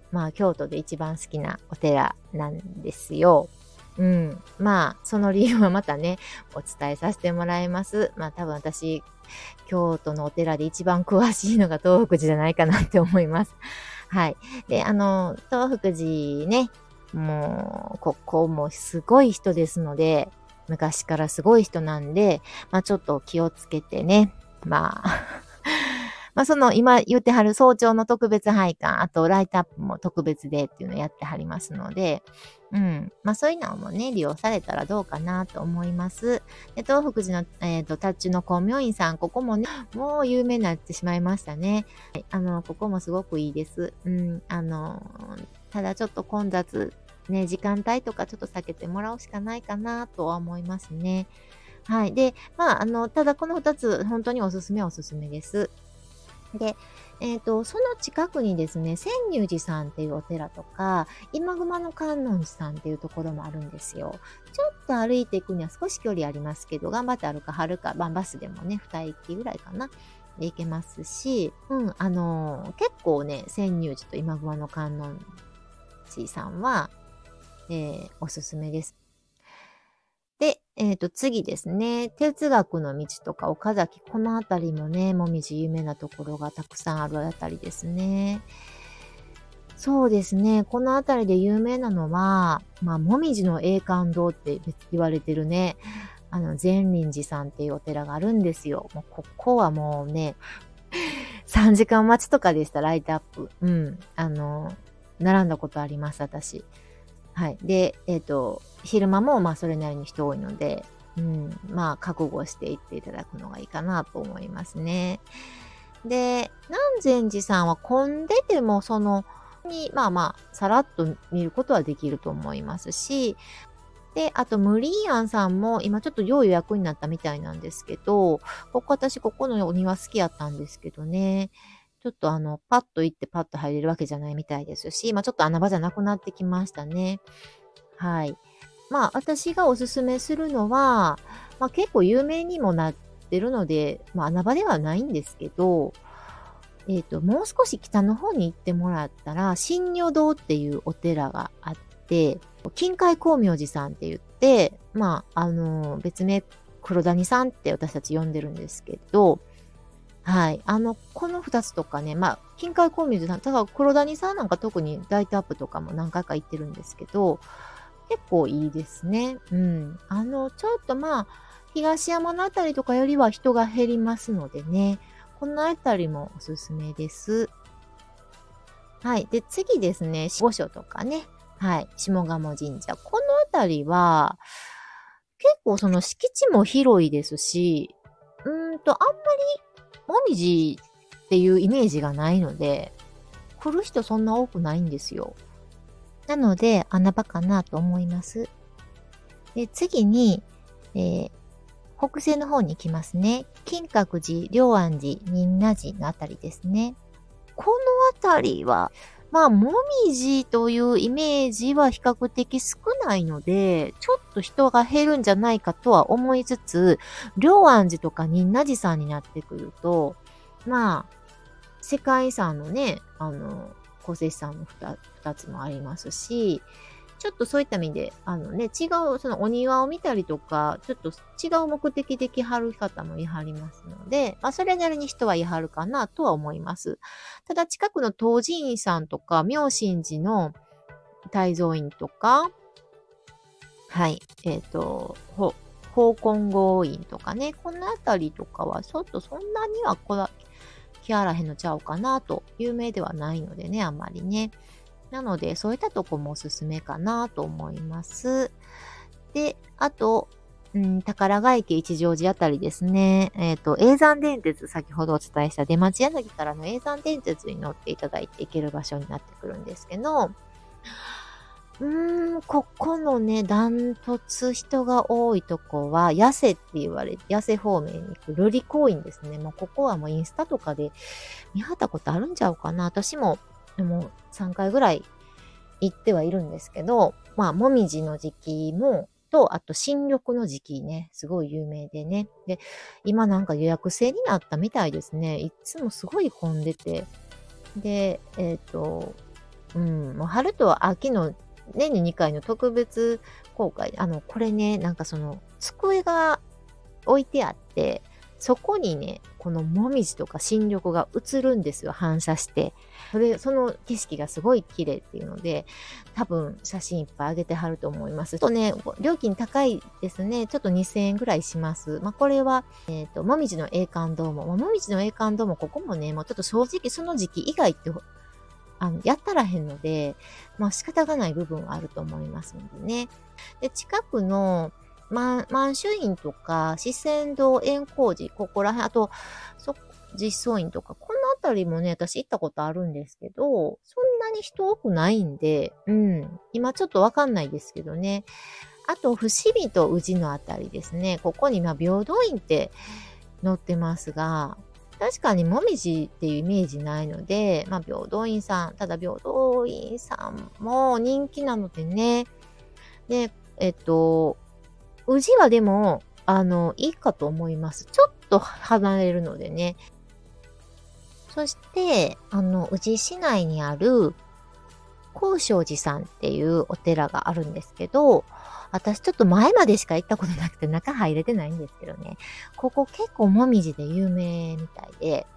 まあ京都で一番好きなお寺なんですよ。まあその理由はまたね、お伝えさせてもらいます。まあ多分私、京都のお寺で一番詳しいのが東福寺じゃないかなって思います。はい。で、東福寺ね、もう、ここもすごい人ですので、昔からすごい人なんで、まあちょっと気をつけてね、まあまあその今言ってはる早朝の特別拝観、あとライトアップも特別でっていうのをやってはりますので、まあそういうのもね、利用されたらどうかなと思います。で、東福寺の、タッチの光明院さん、ここもね、もう有名になってしまいましたね。はい、ここもすごくいいです。ただちょっと混雑、ね、時間帯とかちょっと避けてもらうしかないかなとは思いますね。はい。で、まあ、ただこの2つ、本当におすすめはおすすめです。で、その近くにですね、千入寺さんっていうお寺とか、今熊の観音寺さんっていうところもあるんですよ。ちょっと歩いていくには少し距離ありますけど、頑張って歩かはるか、バスでもね、2駅ぐらいかな。で行けますし、結構ね、千入寺と今熊の観音寺さんは、おすすめです。で、次ですね。哲学の道とか岡崎、この辺りもね、もみじ有名なところがたくさんあるあたりですね。そうですね。この辺りで有名なのは、まあ、もみじの栄冠堂って言われてるね、善林寺さんっていうお寺があるんですよ。もうここはもうね、3時間待ちとかでした、ライトアップ。並んだことあります、私。はい。で、昼間もまあそれなりに人多いので、まあ覚悟して行っていただくのがいいかなと思いますね。で、南禅寺さんは混んでてもまあまあ、さらっと見ることはできると思いますし、で、あと、ムリーアンさんも今ちょっと要予約になったみたいなんですけど、私ここのお庭好きやったんですけどね、ちょっとパッと行ってパッと入れるわけじゃないみたいですし、ちょっと穴場じゃなくなってきましたね。はい。まあ、私がおすすめするのは、結構有名にもなってるので、穴場ではないんですけど、もう少し北の方に行ってもらったら、新如堂っていうお寺があって、金海光明寺さんって言って、別名、黒谷さんって私たち呼んでるんですけど、はい。この二つとかね、金海光明寺さん、ただ黒谷さんなんか特にライトアップとかも何回か行ってるんですけど、結構いいですね。ちょっと東山のあたりとかよりは人が減りますのでね、このあたりもおすすめです。はい。で、次ですね、御所とかね、はい、下鴨神社。このあたりは、結構その敷地も広いですし、あんまりもみじっていうイメージがないので、来る人そんな多くないんですよ。なので、穴場かなと思います。で、次に、えー北西の方に行きますね。金閣寺、龍安寺、仁和寺のあたりですね。このあたりは、もみじというイメージは比較的少ないので、ちょっと人が減るんじゃないかとは思いつつ、龍安寺とか仁和寺さんになってくると、世界遺産のね、古石さんの二つもありますし、ちょっとそういった意味で、違う、そのお庭を見たりとか、ちょっと違う目的で来はる方もいはりますので、それなりに人はいはるかなとは思います。ただ、近くの東寺院さんとか、妙心寺の大蔵院とか、はい、宝金剛院とかね、このあたりとかは、ちょっとそんなには来あらへんのちゃうかなと、有名ではないのでね、あんまりね。なので、そういったとこもおすすめかなと思います。で、あと、宝ヶ池一乗寺あたりですね。叡山電鉄、先ほどお伝えした出町柳からの叡山電鉄に乗っていただいて行ける場所になってくるんですけど、ここのね、ダントツ人が多いとこは、八瀬って言われ、八瀬方面に行く瑠璃光院ですね。もうここはもうインスタとかで見はったことあるんちゃうかな。私も、3回ぐらい行ってはいるんですけど、もみじの時期あと新緑の時期ね、すごい有名でね。で、今なんか予約制になったみたいですね。いつもすごい混んでて。で、 もう春と秋の年に2回の特別公開。これね、なんかその、机が置いてあって、そこにね、このもみじとか新緑が映るんですよ、反射して。その景色がすごい綺麗っていうので、多分写真いっぱいあげてはると思います。ちょっとね、料金高いですね。ちょっと2000円ぐらいします。これは、もみじの栄冠堂も、もみじの栄冠堂もここもね、もうちょっと正直その時期以外ってやったらへんので、仕方がない部分はあると思いますのでね。で、近くの、満州院とか、四川堂、円光寺、ここら辺、あと、実相院とか、この辺りもね、私行ったことあるんですけど、そんなに人多くないんで、今ちょっとわかんないですけどね。あと、伏見と宇治のあたりですね。ここに、平等院って載ってますが、確かにもみじっていうイメージないので、平等院さん、ただ平等院さんも人気なのでね。で、宇治はでも、いいかと思います。ちょっと離れるのでね。そして、宇治市内にある、高尚寺さんっていうお寺があるんですけど、私ちょっと前までしか行ったことなくて中入れてないんですけどね。ここ結構もみじで有名みたいで、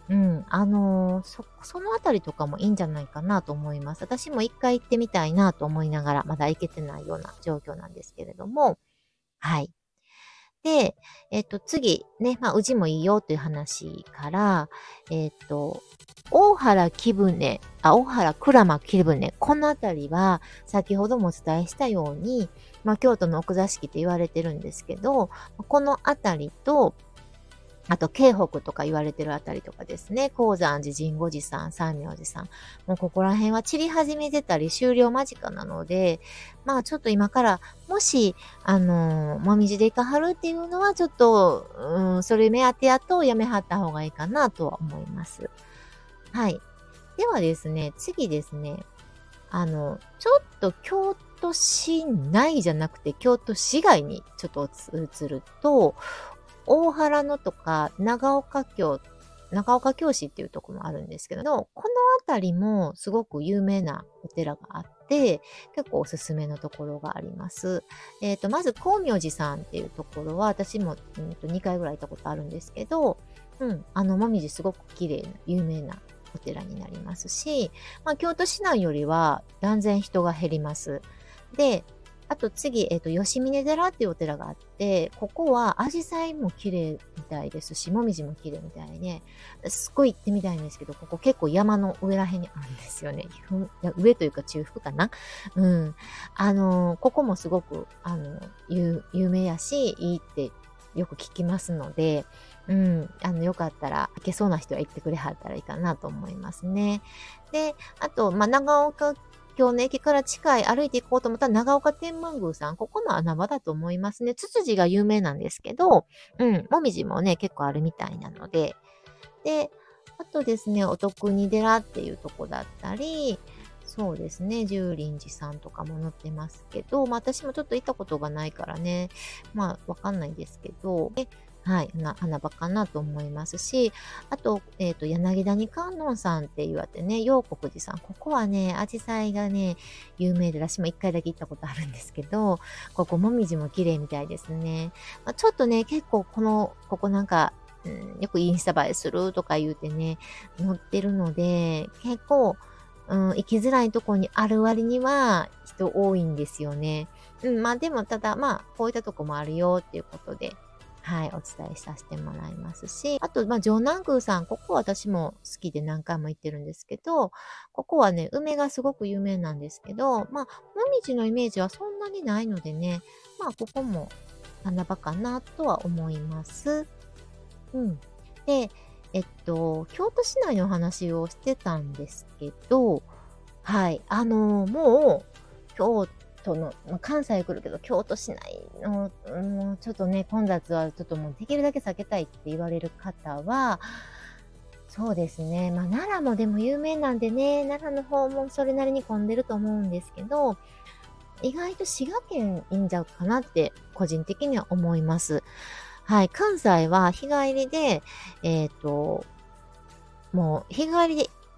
そのあたりとかもいいんじゃないかなと思います。私も一回行ってみたいなと思いながら、まだ行けてないような状況なんですけれども、はい。で、次、ね、宇治もいいよという話から、大原貴船、大原鞍馬貴船、このあたりは、先ほどもお伝えしたように、京都の奥座敷って言われてるんですけど、このあたりと、あと、京北とか言われてるあたりとかですね。高山寺、神護寺さん、三明寺さん。もうここら辺は散り始めてたり終了間近なので、ちょっと今から、もし、もみじで行かはるっていうのは、ちょっと、それ目当てやとやめはった方がいいかなとは思います。はい。ではですね、次ですね。ちょっと京都市内じゃなくて、京都市外にちょっと移ると、大原のとか長岡京市っていうところもあるんですけど、この辺りもすごく有名なお寺があって、結構おすすめのところがあります。まず光明寺さんっていうところは、私も、2回ぐらい行ったことあるんですけど、もみじすごく綺麗な、有名なお寺になりますし、京都市内よりは断然人が減ります。で、あと次、吉峰寺っていうお寺があって、ここは紫陽花も綺麗みたいですし、もみじも綺麗みたいで、すっごい行ってみたいんですけど、ここ結構山の上らへんにあるんですよね。上というか中腹かな。ここもすごく、有名やし、いいってよく聞きますので、よかったら、行けそうな人は行ってくれはったらいいかなと思いますね。で、あと、長岡京の駅から近い歩いて行こうと思ったら長岡天満宮さん。ここも穴場だと思いますね。ツツジが有名なんですけど、もみじもね、結構あるみたいなので。で、あとですね、お得に寺っていうとこだったり、そうですね、十輪寺さんとかも載ってますけど、私もちょっと行ったことがないからね、わかんないんですけど、はい、穴場かなと思いますし、あと、柳谷観音さんって言われてね、陽国寺さん。ここはね、紫陽花がね、有名で、私も一回だけ行ったことあるんですけど、ここもみじも綺麗みたいですね。ちょっとね、結構ここなんか、よくインスタ映えするとか言うてね、載ってるので、結構、行きづらいとこにある割には人多いんですよね。でもただ、こういったとこもあるよっていうことで、はい、お伝えさせてもらいますし、あと、城南宮さん、ここ私も好きで何回も行ってるんですけど、ここはね、梅がすごく有名なんですけど、もみじのイメージはそんなにないのでね、ここも穴場かなとは思います。で、京都市内の話をしてたんですけど、はい、もう、京都の、関西来るけど、京都市内の、ちょっとね、混雑はちょっともうできるだけ避けたいって言われる方は、そうですね、奈良もでも有名なんでね、奈良の方もそれなりに混んでると思うんですけど、意外と滋賀県いいんじゃうかなって個人的には思います。はい、関西は日帰りで、もう日帰りで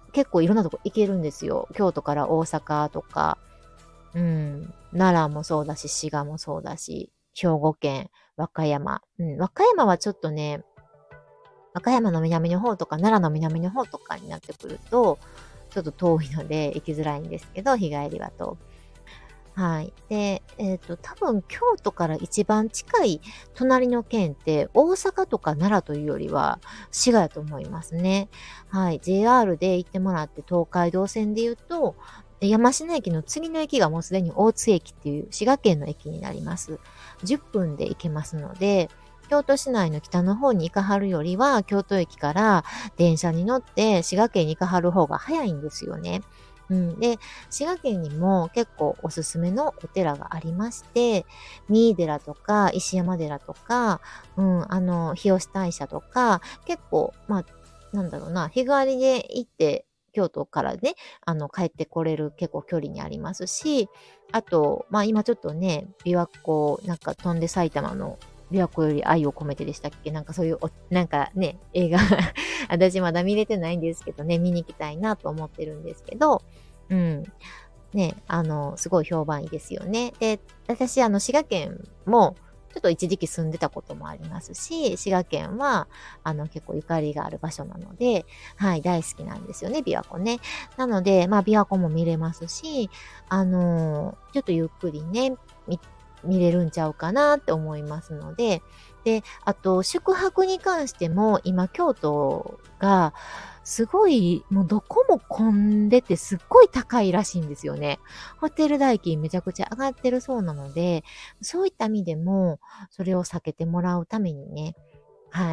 結構いろんなとこ行けるんですよ。京都から大阪とか、奈良もそうだし、滋賀もそうだし、兵庫県、和歌山。和歌山はちょっとね、和歌山の南の方とか奈良の南の方とかになってくると、ちょっと遠いので行きづらいんですけど、日帰りだと。はい。で、多分京都から一番近い隣の県って大阪とか奈良というよりは滋賀やと思いますね。はい。JR で行ってもらって東海道線で言うと、山科駅の次の駅がもうすでに大津駅っていう滋賀県の駅になります。10分で行けますので、京都市内の北の方に行かはるよりは、京都駅から電車に乗って滋賀県に行かはる方が早いんですよね。で、滋賀県にも結構おすすめのお寺がありまして、三井寺とか石山寺とか、日吉大社とか、結構、なんだろうな、日帰りで行って、京都からね、帰ってこれる結構距離にありますし、あと、今ちょっとね、琵琶湖、なんか飛んで埼玉の琵琶湖より愛を込めてでしたっけ、なんかそういうなんかね、映画私まだ見れてないんですけどね、見に行きたいなと思ってるんですけど、うん。ね、すごい評判いいですよね。で、私、滋賀県も、ちょっと一時期住んでたこともありますし、滋賀県は、結構ゆかりがある場所なので、はい、大好きなんですよね、琵琶湖ね。なので、琵琶湖も見れますし、ちょっとゆっくりね、見れるんちゃうかなって思いますので、で、あと、宿泊に関しても、今、京都が、すごい、もうどこも混んでてすっごい高いらしいんですよね。ホテル代金めちゃくちゃ上がってるそうなので、そういった意味でも、それを避けてもらうためにね、はい、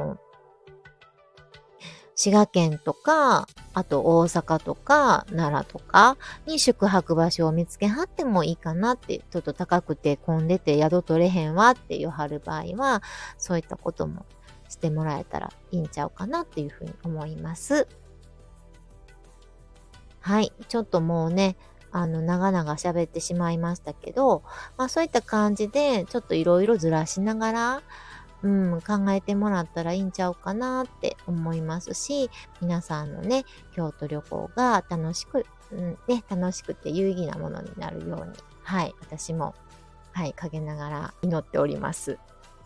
滋賀県とか、あと大阪とか奈良とかに宿泊場所を見つけはってもいいかなって、ちょっと高くて混んでて宿取れへんわって言わはる場合は、そういったこともしてもらえたらいいんちゃうかなっていうふうに思います。はい。ちょっともうね、長々喋ってしまいましたけど、そういった感じで、ちょっといろいろずらしながら、考えてもらったらいいんちゃうかなって思いますし、皆さんのね、京都旅行が楽しくて有意義なものになるように、はい、私も、はい、陰ながら祈っております。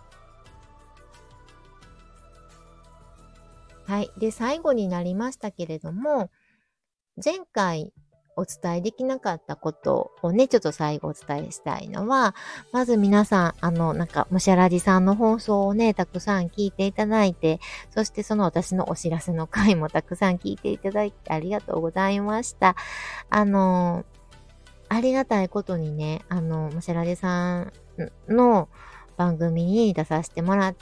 はい。で、最後になりましたけれども、前回お伝えできなかったことをね、ちょっと最後お伝えしたいのは、まず皆さん、むしゃらじさんの放送をね、たくさん聞いていただいて、そしてその私のお知らせの回もたくさん聞いていただいてありがとうございました。ありがたいことにね、むしゃらじさんの番組に出させてもらって、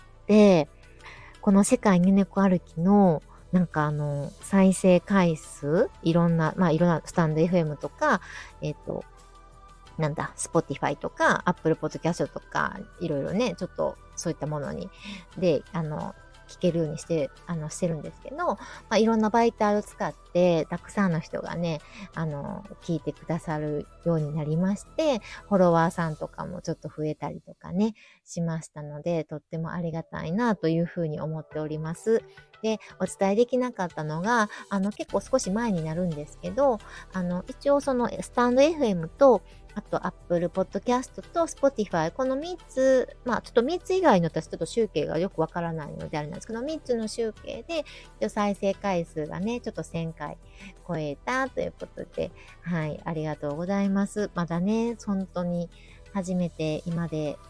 この世界に猫歩きの、再生回数、いろんなスタンド FM とか、Spotify とか、Apple Podcast とか、いろいろね、ちょっとそういったものに、で、聞けるようにしてるんですけど、いろんな媒体を使って、たくさんの人がね、聞いてくださるようになりまして、フォロワーさんとかもちょっと増えたりとかね、しましたので、とってもありがたいなというふうに思っております。で、お伝えできなかったのが、結構少し前になるんですけど、一応そのスタンド FM と、あと Apple Podcast と Spotify、この3つ、ちょっと3つ以外の私ちょっと集計がよくわからないのであれなんですけど、3つの集計で、再生回数がね、ちょっと1000回超えたということで、はい、ありがとうございます。まだね、本当に初めて今で、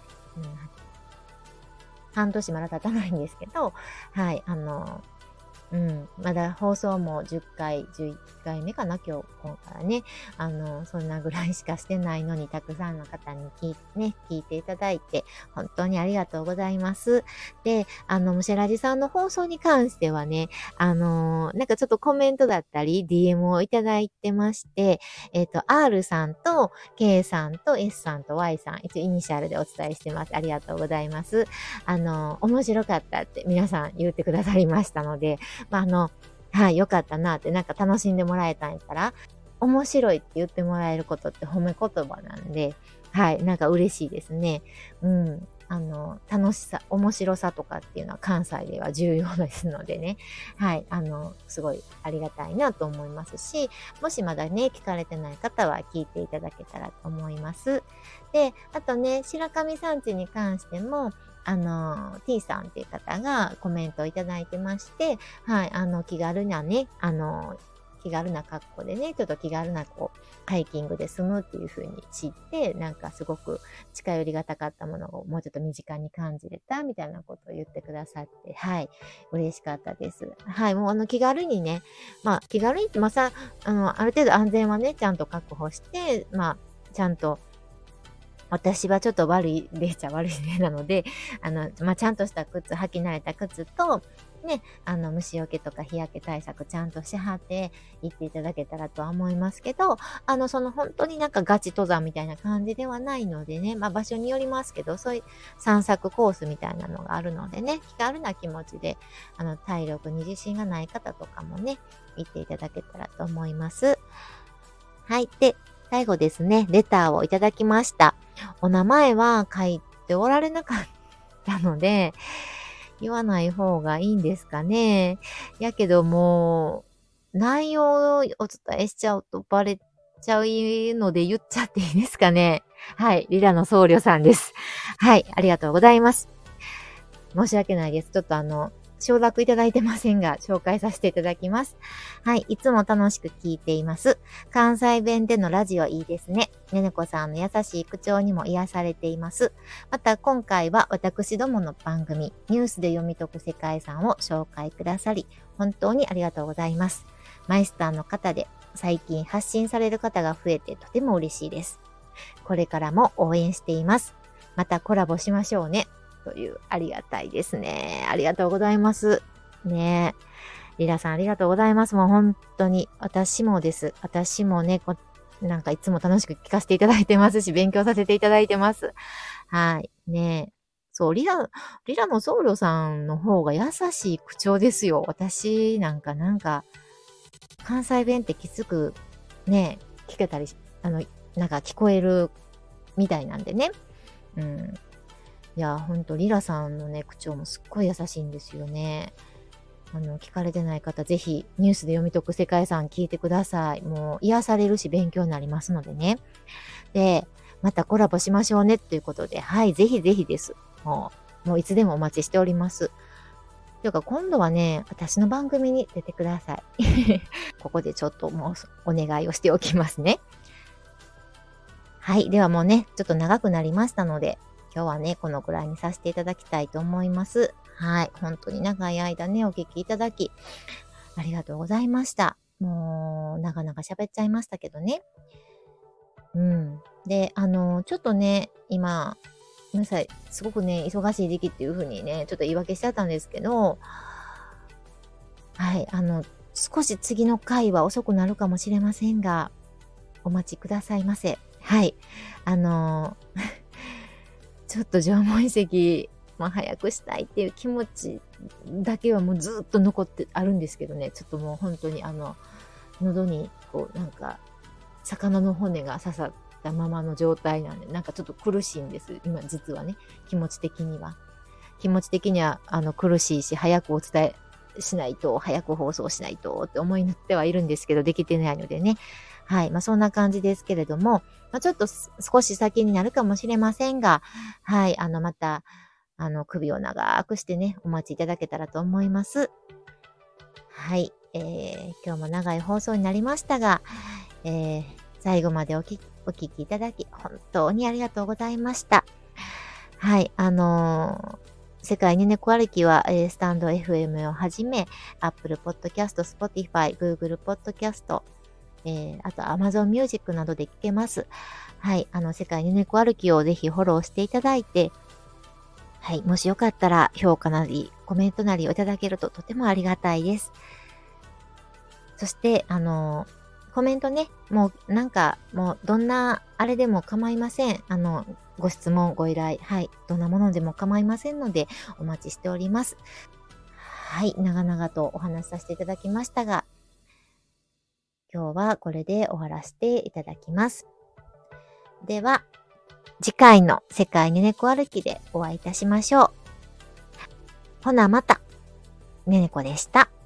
半年まだ経たないんですけど、はい、まだ放送も10回、11回目かな、今からね。そんなぐらいしかしてないのに、たくさんの方に聞いていただいて、本当にありがとうございます。で、むしゃらじさんの放送に関してはね、なんかちょっとコメントだったり、DM をいただいてまして、R さんと K さんと S さんと Y さん、一応イニシャルでお伝えしてます。ありがとうございます。面白かったって皆さん言ってくださりましたので、はい、よかったなって、なんか楽しんでもらえたんやったら、面白いって言ってもらえることって褒め言葉なんで、はい、なんか嬉しいですね。 楽しさ、面白さとかっていうのは関西では重要ですのでね。はい。すごいありがたいなと思いますし、もしまだね、聞かれてない方は聞いていただけたらと思います。で、あとね、白神山地に関しても、T さんっていう方がコメントをいただいてまして、はい、気軽なね、気軽な格好でね、ちょっと気軽なハイキングで済むっていう風に知って、なんかすごく近寄りがたかったものをもうちょっと身近に感じれたみたいなことを言ってくださって、はい、嬉しかったです。はい、もう気軽にね、気軽にって、ある程度安全はね、ちゃんと確保して、ちゃんと私はちょっと悪い例っちゃ悪い例なので、ちゃんとした靴、履き慣れた靴と、ね、虫除けとか日焼け対策ちゃんとしはって行っていただけたらとは思いますけど、本当になんかガチ登山みたいな感じではないのでね、場所によりますけど、そういう散策コースみたいなのがあるのでね、気軽な気持ちで、体力に自信がない方とかもね、行っていただけたらと思います。はい。で、最後ですね、レターをいただきました。お名前は書いておられなかったので、言わない方がいいんですかね。やけども内容をお伝えしちゃうとバレちゃうので言っちゃっていいですかね。はい。リラの僧侶さんです。はい。ありがとうございます。申し訳ないです。ちょっと承諾いただいてませんが、紹介させていただきます。はい。いつも楽しく聞いています。関西弁でのラジオいいですね。ねねこさんの優しい口調にも癒されています。また今回は私どもの番組、ニュースで読み解く世界遺産を紹介くださり、本当にありがとうございます。マイスターの方で最近発信される方が増えてとても嬉しいです。これからも応援しています。またコラボしましょうね。という、ありがたいですね。ありがとうございます。ねえ。リラさんありがとうございます。もう本当に、私もです。私もね、なんかいつも楽しく聞かせていただいてますし、勉強させていただいてます。はい。ねえ。そう、リラの僧侶さんの方が優しい口調ですよ。私なんか、関西弁ってきつくね、聞けたり、なんか聞こえるみたいなんでね。うん。いや、ほんと、リラさんのね、口調もすっごい優しいんですよね。聞かれてない方、ぜひ、ニュースで読み解く世界遺産聞いてください。もう、癒されるし、勉強になりますのでね。で、またコラボしましょうね、ということで、はい、ぜひぜひです。もういつでもお待ちしております。というか、今度はね、私の番組に出てください。ここでちょっともう、お願いをしておきますね。はい。ではもうね、ちょっと長くなりましたので、今日はね、このくらいにさせていただきたいと思います。はい。本当に長い間ね、お聞きいただき、ありがとうございました。もう、なかなか喋っちゃいましたけどね。うん。で、ちょっとね、今、ごめんなさい。すごくね、忙しい時期っていう風にね、ちょっと言い訳しちゃったんですけど、はい。少し次の回は遅くなるかもしれませんが、お待ちくださいませ。はい。あのちょっと縄文遺跡、早くしたいっていう気持ちだけはもうずっと残ってあるんですけどね、ちょっともう本当に喉になんか、魚の骨が刺さったままの状態なんで、なんかちょっと苦しいんです。今実はね、気持ち的には。気持ち的には苦しいし、早くお伝えしないと、早く放送しないとって思いになってはいるんですけど、できてないのでね。はい。そんな感じですけれども、ちょっと少し先になるかもしれませんが、はい。また、首を長くしてね、お待ちいただけたらと思います。はい。今日も長い放送になりましたが、最後までお聞きいただき、本当にありがとうございました。はい。世界に猫歩きは、スタンド FM をはじめ、Apple Podcast、Spotify、Google Podcast、あと Amazon Music などで聞けます。はい。世界に猫歩きをぜひフォローしていただいて、はい。もしよかったら評価なり、コメントなりをいただけるととてもありがたいです。そして、コメントね、もうどんなあれでも構いません。ご質問、ご依頼、はい。どんなものでも構いませんので、お待ちしております。はい。長々とお話しさせていただきましたが、今日はこれで終わらせていただきます。では、 次回の世界ねねこ歩きでお会いいたしましょう。ほなまた、ねねこでした。